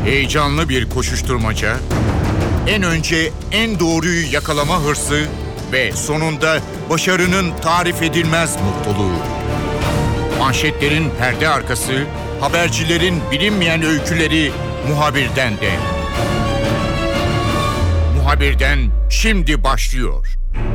Heyecanlı bir koşuşturmaca, en önce en doğruyu yakalama hırsı ve sonunda başarının tarif edilmez mutluluğu. Manşetlerin perde arkası, habercilerin bilinmeyen öyküleri Muhabir'den de. Muhabir'den şimdi başlıyor.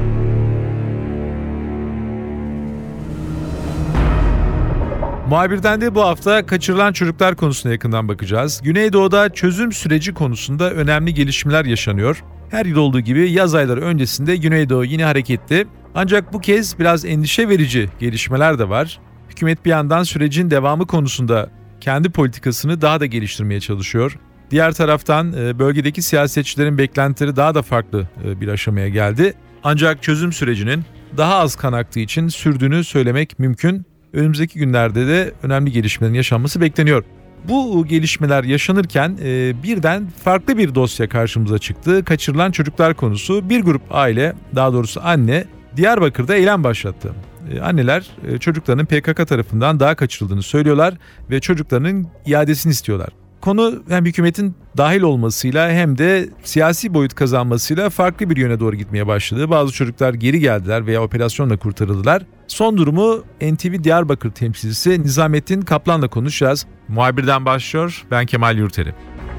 Muhabir'den de bu hafta kaçırılan çocuklar konusuna yakından bakacağız. Güneydoğu'da çözüm süreci konusunda önemli gelişmeler yaşanıyor. Her yıl olduğu gibi yaz ayları öncesinde Güneydoğu yine hareketli. Ancak bu kez biraz endişe verici gelişmeler de var. Hükümet bir yandan sürecin devamı konusunda kendi politikasını daha da geliştirmeye çalışıyor. Diğer taraftan bölgedeki siyasetçilerin beklentileri daha da farklı bir aşamaya geldi. Ancak çözüm sürecinin daha az kan aktığı için sürdüğünü söylemek mümkün. Önümüzdeki günlerde de önemli gelişmelerin yaşanması bekleniyor. Bu gelişmeler yaşanırken birden farklı bir dosya karşımıza çıktı. Kaçırılan çocuklar konusu. Bir grup aile, daha doğrusu anne, Diyarbakır'da eylem başlattı. Anneler çocuklarının PKK tarafından daha kaçırıldığını söylüyorlar ve çocuklarının iadesini istiyorlar. Konu hem hükümetin dahil olmasıyla hem de siyasi boyut kazanmasıyla farklı bir yöne doğru gitmeye başladı. Bazı çocuklar geri geldiler veya operasyonla kurtarıldılar. Son durumu NTV Diyarbakır temsilcisi Nizamettin Kaplan'la konuşacağız. Muhabirden başlıyor. Ben Kemal Yurteri.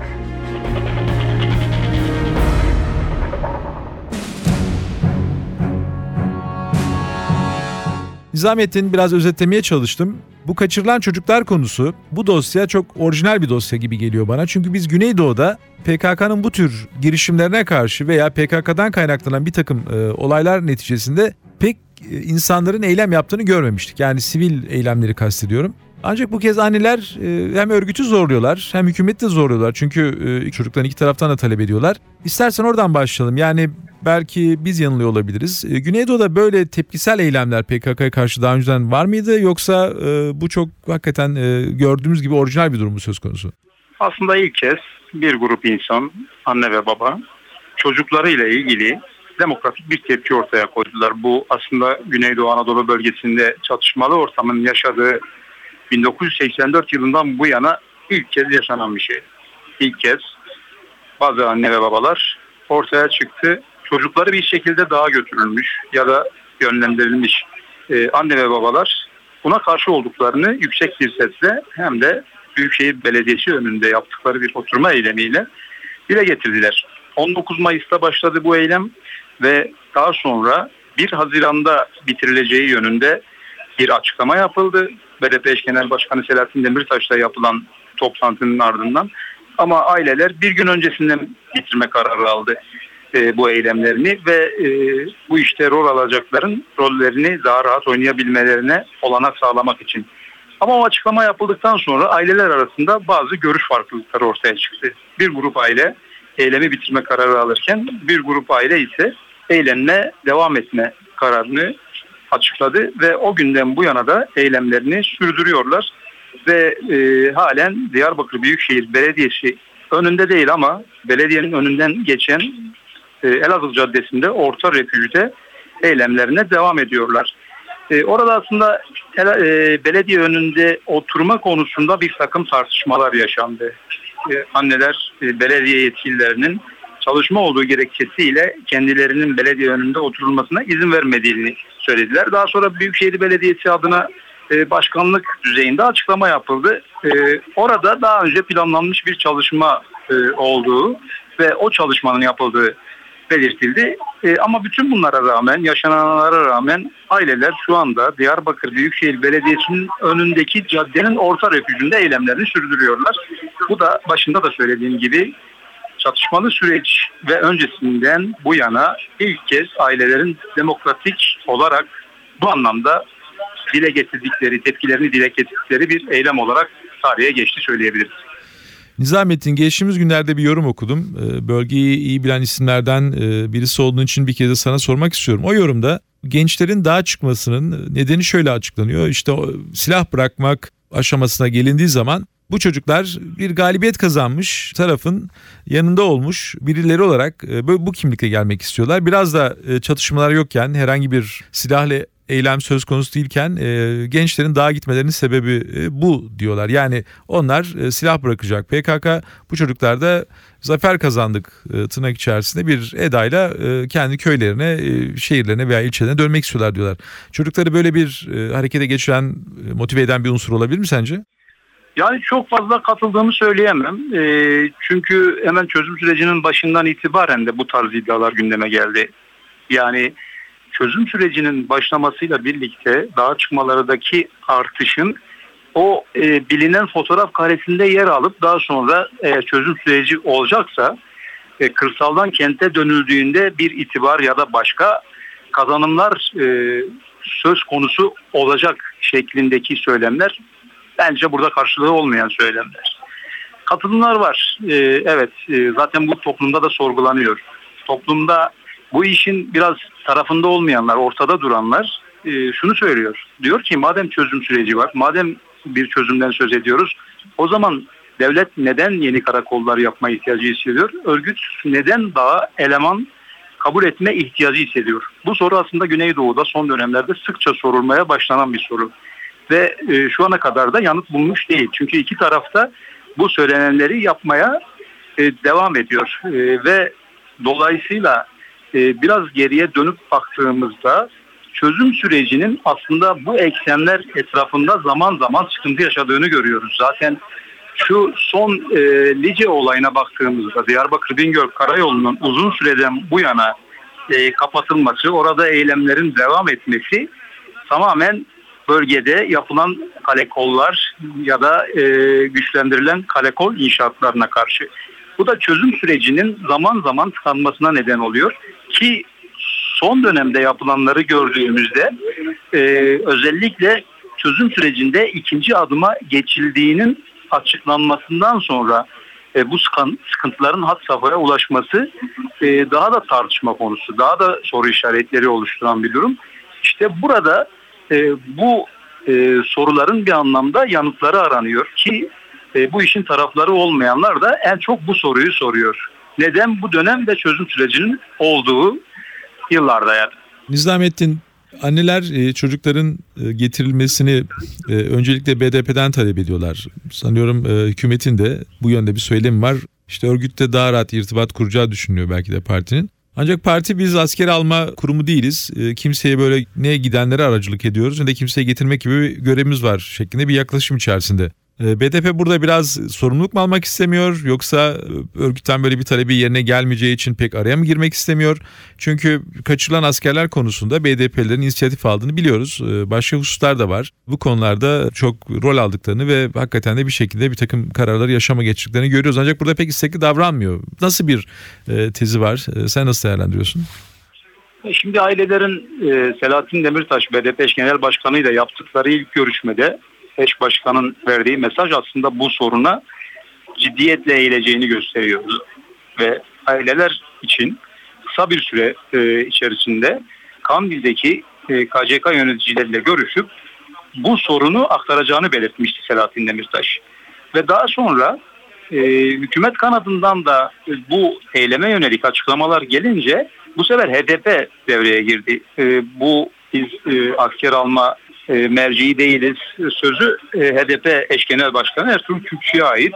Nizamettin, biraz özetlemeye çalıştım. Bu kaçırılan çocuklar konusu, bu dosya çok orijinal bir dosya gibi geliyor bana. Çünkü biz Güneydoğu'da PKK'nın bu tür girişimlerine karşı veya PKK'dan kaynaklanan bir takım olaylar neticesinde pek insanların eylem yaptığını görmemiştik. Yani sivil eylemleri kastediyorum. Ancak bu kez anneler hem örgütü zorluyorlar hem hükümeti de zorluyorlar. Çünkü çocukların iki taraftan da talep ediyorlar. İstersen oradan başlayalım. Yani belki biz yanılıyor olabiliriz. Güneydoğu'da böyle tepkisel eylemler PKK'ya karşı daha önceden var mıydı? Yoksa bu çok hakikaten gördüğümüz gibi orijinal bir durum mu söz konusu? Aslında ilk kez bir grup insan, anne ve baba, çocuklarıyla ilgili demokratik bir tepki ortaya koydular. Bu aslında Güneydoğu Anadolu bölgesinde çatışmalı ortamın yaşadığı 1984 yılından bu yana ilk kez yaşanan bir şey. İlk kez bazı anne ve babalar ortaya çıktı. Çocukları bir şekilde dağa götürülmüş ya da yönlendirilmiş anne ve babalar buna karşı olduklarını yüksek bir sesle hem de Büyükşehir Belediyesi önünde yaptıkları bir oturma eylemiyle dile getirdiler. 19 Mayıs'ta başladı bu eylem ve daha sonra 1 Haziran'da bitirileceği yönünde bir açıklama yapıldı. BDP eş genel başkanı Selahattin Demirtaş'la yapılan toplantının ardından. Ama aileler bir gün öncesinden bitirme kararı aldı bu eylemlerini ve bu işte rol alacakların rollerini daha rahat oynayabilmelerine olanak sağlamak için. Ama o açıklama yapıldıktan sonra aileler arasında bazı görüş farklılıkları ortaya çıktı. Bir grup aile eylemi bitirme kararı alırken bir grup aile ise eylemle devam etme kararını açıkladı ve o günden bu yana da eylemlerini sürdürüyorlar ve halen Diyarbakır Büyükşehir Belediyesi önünde değil ama belediyenin önünden geçen Elazığ Caddesi'nde Orta Refüj'de eylemlerine devam ediyorlar. Orada aslında belediye önünde oturma konusunda bir takım tartışmalar yaşandı. Anneler belediye yetkililerinin çalışma olduğu gerekçesiyle kendilerinin belediye önünde oturulmasına izin vermediğini söylediler. Daha sonra Büyükşehir Belediyesi adına başkanlık düzeyinde açıklama yapıldı. Orada daha önce planlanmış bir çalışma olduğu ve o çalışmanın yapıldığı belirtildi. Ama bütün bunlara rağmen, yaşananlara rağmen aileler şu anda Diyarbakır Büyükşehir Belediyesi'nin önündeki caddenin orta refüjünde eylemlerini sürdürüyorlar. Bu da başında da söylediğim gibi çatışmalı süreç ve öncesinden bu yana ilk kez ailelerin demokratik olarak bu anlamda dile getirdikleri, tepkilerini dile getirdikleri bir eylem olarak tarihe geçti söyleyebiliriz. Nizamettin, geçtiğimiz günlerde bir yorum okudum. Bölgeyi iyi bilen isimlerden birisi olduğun için bir kez de sana sormak istiyorum. O yorumda gençlerin dağa çıkmasının nedeni şöyle açıklanıyor. İşte silah bırakmak aşamasına gelindiği zaman bu çocuklar bir galibiyet kazanmış tarafın yanında olmuş birileri olarak bu kimlikle gelmek istiyorlar. Biraz da çatışmalar yokken, herhangi bir silahla eylem söz konusu değilken gençlerin dağa gitmelerinin sebebi bu diyorlar. Yani onlar silah bırakacak. PKK bu çocuklar da zafer kazandık tırnak içerisinde bir edayla kendi köylerine, şehirlerine veya ilçelerine dönmek istiyorlar diyorlar. Çocukları böyle bir harekete geçiren, motive eden bir unsur olabilir mi sence? Yani çok fazla katıldığımı söyleyemem. Çünkü hemen çözüm sürecinin başından itibaren de bu tarz iddialar gündeme geldi. Yani çözüm sürecinin başlamasıyla birlikte dağa çıkmalardaki artışın o bilinen fotoğraf karesinde yer alıp daha sonra çözüm süreci olacaksa kırsaldan kente dönüldüğünde bir itibar ya da başka kazanımlar söz konusu olacak şeklindeki söylemler bence burada karşılığı olmayan söylemler. Katılımlar var. Evet, zaten bu toplumda da sorgulanıyor. Toplumda bu işin biraz tarafında olmayanlar, ortada duranlar şunu söylüyor. Diyor ki madem çözüm süreci var, madem bir çözümden söz ediyoruz, o zaman devlet neden yeni karakollar yapma ihtiyacı hissediyor? Örgüt neden daha eleman kabul etme ihtiyacı hissediyor? Bu soru aslında Güneydoğu'da son dönemlerde sıkça sorulmaya başlanan bir soru. Ve şu ana kadar da yanıt bulmuş değil. Çünkü iki tarafta bu söylenenleri yapmaya devam ediyor. Ve dolayısıyla biraz geriye dönüp baktığımızda çözüm sürecinin aslında bu eksenler etrafında zaman zaman sıkıntı yaşadığını görüyoruz. Zaten şu son Lice olayına baktığımızda Diyarbakır Bingöl Karayolu'nun uzun süreden bu yana kapatılması, orada eylemlerin devam etmesi tamamen bölgede yapılan kalekollar ya da güçlendirilen kalekol inşaatlarına karşı. Bu da çözüm sürecinin zaman zaman tıkanmasına neden oluyor ki son dönemde yapılanları gördüğümüzde özellikle çözüm sürecinde ikinci adıma geçildiğinin açıklanmasından sonra bu sıkıntıların had safhaya ulaşması daha da tartışma konusu, daha da soru işaretleri oluşturan bir durum. İşte burada bu soruların bir anlamda yanıtları aranıyor ki bu işin tarafları olmayanlar da en çok bu soruyu soruyor. Neden bu dönem ve çözüm sürecinin olduğu yıllarda yani? Nizamettin, anneler çocukların getirilmesini öncelikle BDP'den talep ediyorlar. Sanıyorum hükümetin de bu yönde bir söylemi var. İşte örgütte daha rahat irtibat kuracağı düşünülüyor belki de partinin. Ancak parti biz asker alma kurumu değiliz. Kimseye böyle ne gidenlere aracılık ediyoruz ne de kimseye getirmek gibi bir görevimiz var şeklinde bir yaklaşım içerisinde. BDP burada biraz sorumluluk mu almak istemiyor yoksa örgütten böyle bir talebi yerine gelmeyeceği için pek araya mı girmek istemiyor? Çünkü kaçırılan askerler konusunda BDP'lerin inisiyatif aldığını biliyoruz. Başka hususlar da var. Bu konularda çok rol aldıklarını ve hakikaten de bir şekilde bir takım kararları yaşama geçtiklerini görüyoruz. Ancak burada pek istekli davranmıyor. Nasıl bir tezi var? Sen nasıl değerlendiriyorsun? Şimdi ailelerin Selahattin Demirtaş BDP eş genel başkanı ile yaptıkları ilk görüşmede eş başkanın verdiği mesaj aslında bu soruna ciddiyetle eğileceğini gösteriyordu. Ve aileler için kısa bir süre içerisinde Kandil'deki KCK yöneticileriyle görüşüp bu sorunu aktaracağını belirtmişti Selahattin Demirtaş. Ve daha sonra hükümet kanadından da bu eyleme yönelik açıklamalar gelince bu sefer HDP devreye girdi. Bu biz asker alma merci değiliz sözü HDP eş genel başkanı Ertuğrul Kürkçü'ye ait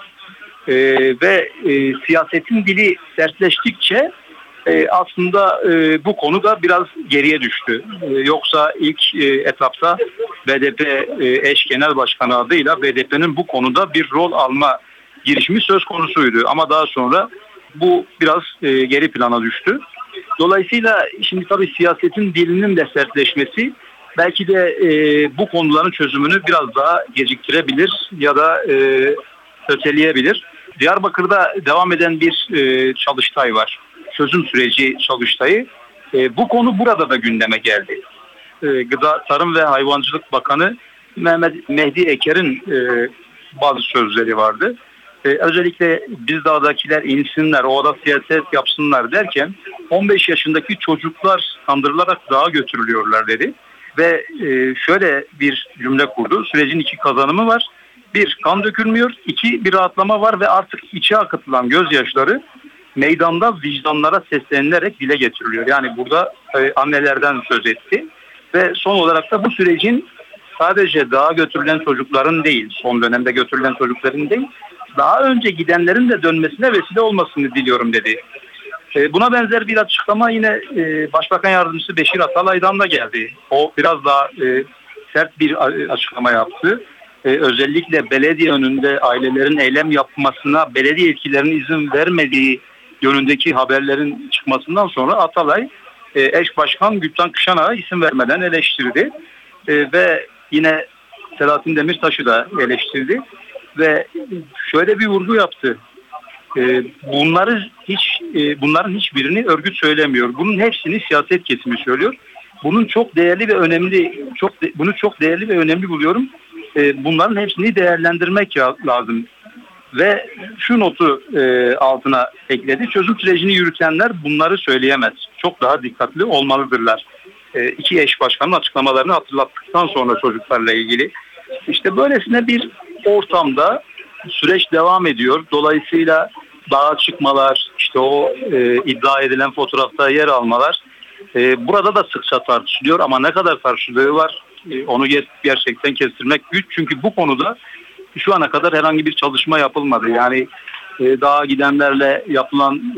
ve siyasetin dili sertleştikçe aslında bu konu da biraz geriye düştü. Yoksa ilk etapta BDP eş genel başkanı adıyla BDP'nin bu konuda bir rol alma girişimi söz konusuydu ama daha sonra bu biraz geri plana düştü. Dolayısıyla şimdi tabii siyasetin dilinin de sertleşmesi belki de bu konuların çözümünü biraz daha geciktirebilir ya da öteleyebilir. Diyarbakır'da devam eden bir çalıştay var. Çözüm süreci çalıştayı. Bu konu burada da gündeme geldi. Gıda, Tarım ve Hayvancılık Bakanı Mehdi Eker'in bazı sözleri vardı. Özellikle biz dağdakiler insinler, orada siyaset yapsınlar derken 15 yaşındaki çocuklar kandırılarak dağa götürülüyorlar dedi. Ve şöyle bir cümle kurdu. Sürecin iki kazanımı var. Bir, kan dökülmüyor. İki, bir rahatlama var ve artık içe akıtılan gözyaşları meydanda vicdanlara seslenilerek dile getiriliyor. Yani burada annelerden söz etti. Ve son olarak da bu sürecin sadece dağa götürülen çocukların değil, son dönemde götürülen çocukların değil, daha önce gidenlerin de dönmesine vesile olmasını diliyorum dedi. Buna benzer bir açıklama yine Başbakan Yardımcısı Beşir Atalay'dan da geldi. O biraz daha sert bir açıklama yaptı. Özellikle belediye önünde ailelerin eylem yapmasına belediye yetkililerinin izin vermediği yönündeki haberlerin çıkmasından sonra Atalay eş başkan Gültan Kışanak'a isim vermeden eleştirdi. Ve yine Selahattin Demirtaş'ı da eleştirdi ve şöyle bir vurgu yaptı. Bunların hiçbirini örgüt söylemiyor. Bunun hepsini siyaset kesimi söylüyor. Bunu çok değerli ve önemli buluyorum. Bunların hepsini değerlendirmek lazım. Ve şu notu altına ekledi. Çözüm sürecini yürütenler bunları söyleyemez. Çok daha dikkatli olmalıdırlar. İki eş başkanın açıklamalarını hatırlattıktan sonra çocuklarla ilgili. İşte böylesine bir ortamda süreç devam ediyor. Dolayısıyla dağa çıkmalar, işte o iddia edilen fotoğrafta yer almalar burada da sıkça tartışılıyor ama ne kadar tartışıldığı var onu gerçekten kestirmek güç. Çünkü bu konuda şu ana kadar herhangi bir çalışma yapılmadı. Yani dağa gidenlerle yapılan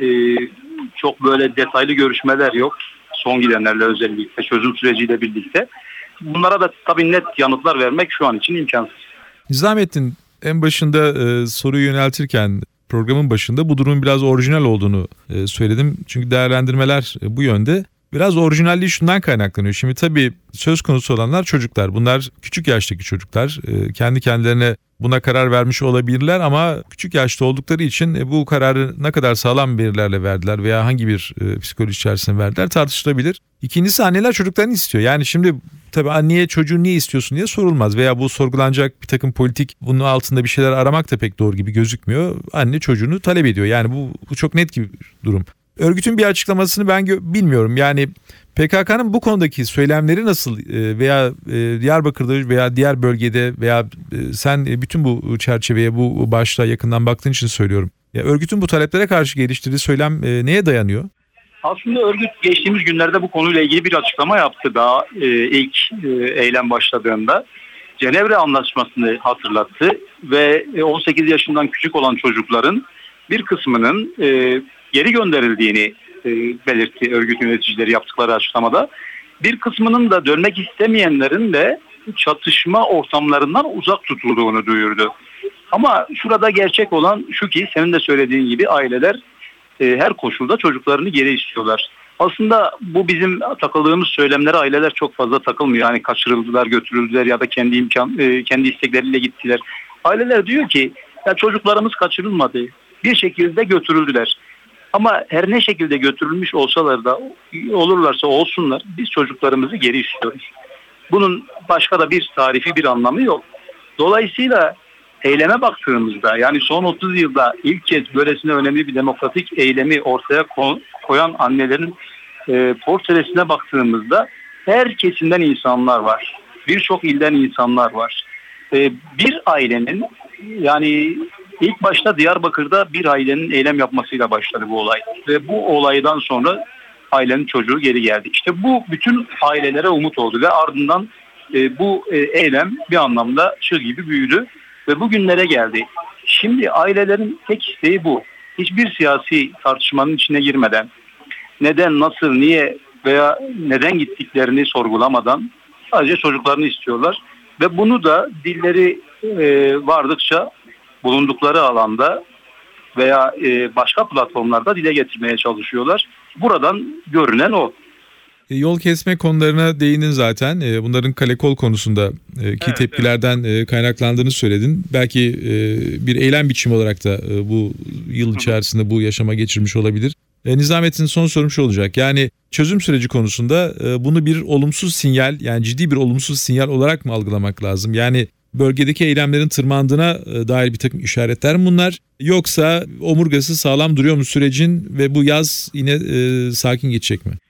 çok böyle detaylı görüşmeler yok. Son gidenlerle özellikle çözüm süreciyle birlikte. Bunlara da tabii net yanıtlar vermek şu an için imkansız. Nizamettin, en başında soruyu yöneltirken programın başında bu durumun biraz orijinal olduğunu söyledim. Çünkü değerlendirmeler bu yönde. Biraz orijinalliği şundan kaynaklanıyor. Şimdi tabii söz konusu olanlar çocuklar. Bunlar küçük yaştaki çocuklar. Kendi kendilerine buna karar vermiş olabilirler ama küçük yaşta oldukları için bu kararı ne kadar sağlam verilerle verdiler veya hangi bir psikoloji içerisinde verdiler tartışılabilir. İkincisi, anneler çocuklarını istiyor. Yani şimdi tabii anneye çocuğu niye istiyorsun diye sorulmaz veya bu sorgulanacak bir takım politik, bunun altında bir şeyler aramak da pek doğru gibi gözükmüyor. Anne çocuğunu talep ediyor. Yani bu çok net bir durum. Örgütün bir açıklamasını ben bilmiyorum. Yani PKK'nın bu konudaki söylemleri nasıl veya Diyarbakır'da veya diğer bölgede veya sen bütün bu çerçeveye, bu başlığa yakından baktığın için söylüyorum. Ya örgütün bu taleplere karşı geliştirdiği söylem neye dayanıyor? Aslında örgüt geçtiğimiz günlerde bu konuyla ilgili bir açıklama yaptı daha ilk eylem başladığında. Cenevre Anlaşması'nı hatırlattı ve 18 yaşından küçük olan çocukların bir kısmının geri gönderildiğini belirtti örgüt yöneticileri yaptıkları açıklamada. Bir kısmının da dönmek istemeyenlerin de çatışma ortamlarından uzak tutulduğunu duyurdu. Ama şurada gerçek olan şu ki senin de söylediğin gibi aileler her koşulda çocuklarını geri istiyorlar. Aslında bu bizim takıldığımız söylemlere aileler çok fazla takılmıyor. Yani kaçırıldılar, götürüldüler ya da kendi istekleriyle gittiler. Aileler diyor ki ya çocuklarımız kaçırılmadı. Bir şekilde götürüldüler. Ama her ne şekilde götürülmüş olsalar da olurlarsa olsunlar biz çocuklarımızı geri istiyoruz. Bunun başka da bir tarifi bir anlamı yok. Dolayısıyla eyleme baktığımızda yani son 30 yılda ilk kez böylesine önemli bir demokratik eylemi ortaya koyan annelerin portresine baktığımızda her kesimden insanlar var. Birçok ilden insanlar var. Bir ailenin yani ilk başta Diyarbakır'da bir ailenin eylem yapmasıyla başladı bu olay. Ve bu olaydan sonra ailenin çocuğu geri geldi. İşte bu bütün ailelere umut oldu ve ardından bu eylem bir anlamda çığ gibi büyüdü ve bugünlere geldi. Şimdi ailelerin tek isteği bu. Hiçbir siyasi tartışmanın içine girmeden, neden, nasıl, niye veya neden gittiklerini sorgulamadan sadece çocuklarını istiyorlar. Ve bunu da dilleri vardıkça bulundukları alanda veya başka platformlarda dile getirmeye çalışıyorlar. Buradan görünen o. Yol kesme konularına değindin zaten. Bunların kale kol konusunda ki tepkilerden kaynaklandığını söyledin. Belki bir eylem biçimi olarak da bu yıl içerisinde bu yaşama geçirmiş olabilir. Nizamettin, son sorum şu olacak. Yani çözüm süreci konusunda bunu bir olumsuz sinyal, yani ciddi bir olumsuz sinyal olarak mı algılamak lazım? Yani bölgedeki eylemlerin tırmandığına dair bir takım işaretler mi bunlar? Yoksa omurgası sağlam duruyor mu sürecin ve bu yaz yine sakin geçecek mi?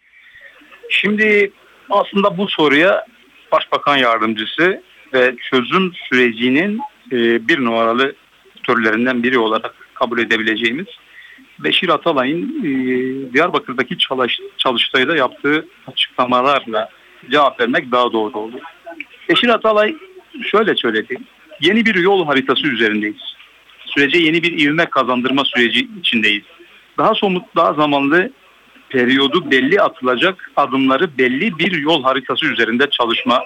Şimdi aslında bu soruya Başbakan Yardımcısı ve çözüm sürecinin bir numaralı aktörlerinden biri olarak kabul edebileceğimiz Beşir Atalay'ın Diyarbakır'daki çalıştayda yaptığı açıklamalarla cevap vermek daha doğru olur. Beşir Atalay şöyle söyledi. Yeni bir yol haritası üzerindeyiz. Sürece yeni bir ivme kazandırma süreci içindeyiz. Daha somut, daha zamanlı, periyodu belli atılacak adımları belli bir yol haritası üzerinde çalışma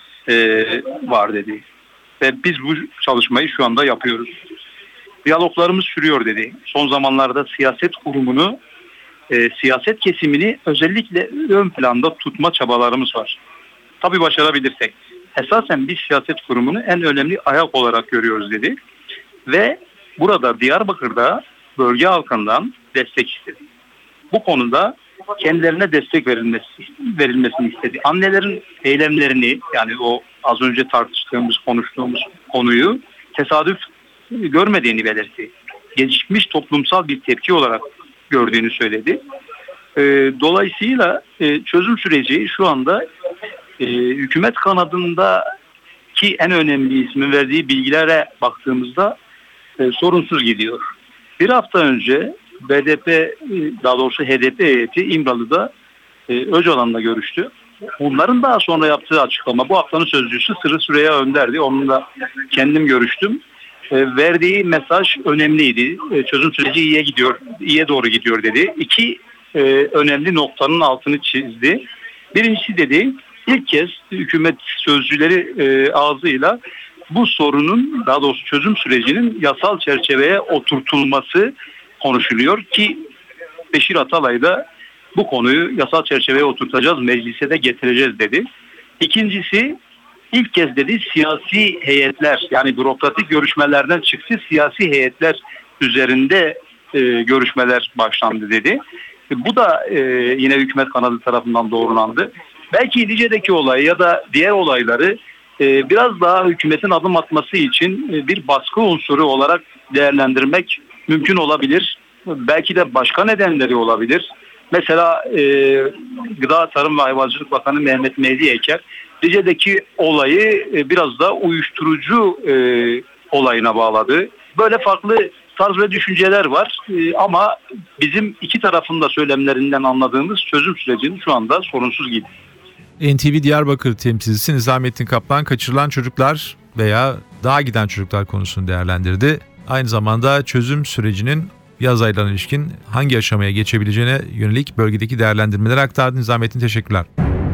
var dedi. Ve biz bu çalışmayı şu anda yapıyoruz. Diyaloglarımız sürüyor dedi. Son zamanlarda siyaset kurumunu, siyaset kesimini özellikle ön planda tutma çabalarımız var. Tabii başarabilirsek. Esasen biz siyaset kurumunu en önemli ayak olarak görüyoruz dedi. Ve burada Diyarbakır'da bölge halkından destek istedi. Bu konuda kendilerine destek verilmesini istedi. Annelerin eylemlerini, yani o az önce tartıştığımız, konuştuğumuz konuyu tesadüf görmediğini belirtti. Gecikmiş toplumsal bir tepki olarak gördüğünü söyledi. Dolayısıyla çözüm süreci şu anda hükümet kanadındaki en önemli ismin verdiği bilgilere baktığımızda sorunsuz gidiyor. Bir hafta önce BDP, daha doğrusu HDP heyeti İmralı'da Öcalan'la görüştü. Onların daha sonra yaptığı açıklama, bu haftanın sözcüsü Sırrı Süreyya Önder'di. Onunla kendim görüştüm. Verdiği mesaj önemliydi. Çözüm süreci iyiye doğru gidiyor dedi. İki önemli noktanın altını çizdi. Birincisi dedi, ilk kez hükümet sözcüleri ağzıyla bu sorunun, daha doğrusu çözüm sürecinin yasal çerçeveye oturtulması konuşuluyor ki Beşir Atalay da bu konuyu yasal çerçeveye oturtacağız, meclise de getireceğiz dedi. İkincisi, ilk kez dedi siyasi heyetler, yani bürokratik görüşmelerden çıksın siyasi heyetler üzerinde görüşmeler başlandı dedi. Bu da yine hükümet kanadı tarafından doğrulandı. Belki Lice'deki olayı ya da diğer olayları biraz daha hükümetin adım atması için bir baskı unsuru olarak değerlendirmek mümkün olabilir. Belki de başka nedenleri olabilir. Mesela Gıda, Tarım ve Hayvancılık Bakanı Mehmet Mehdi Eker, Lice'deki olayı biraz da uyuşturucu olayına bağladı. Böyle farklı tarz ve düşünceler var ama bizim iki tarafın da söylemlerinden anladığımız çözüm sürecinin şu anda sorunsuz gidiyor. NTV Diyarbakır temsilcisi Nizamettin Kaplan kaçırılan çocuklar veya dağa giden çocuklar konusunu değerlendirdi. Aynı zamanda çözüm sürecinin yaz aylarına ilişkin hangi aşamaya geçebileceğine yönelik bölgedeki değerlendirmeleri aktardı. Nizamettin, teşekkürler.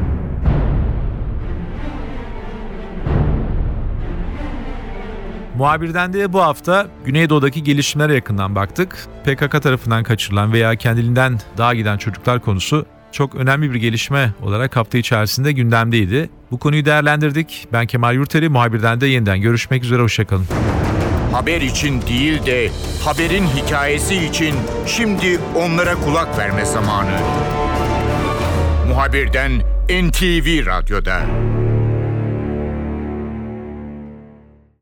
Muhabirden de bu hafta Güneydoğu'daki gelişmelere yakından baktık. PKK tarafından kaçırılan veya kendiliğinden dağa giden çocuklar konusu çok önemli bir gelişme olarak hafta içerisinde gündemdeydi. Bu konuyu değerlendirdik. Ben Kemal Yurteri, Muhabirden de yeniden görüşmek üzere, hoşçakalın. Haber için değil de haberin hikayesi için şimdi onlara kulak verme zamanı. Muhabirden NTV Radyo'da.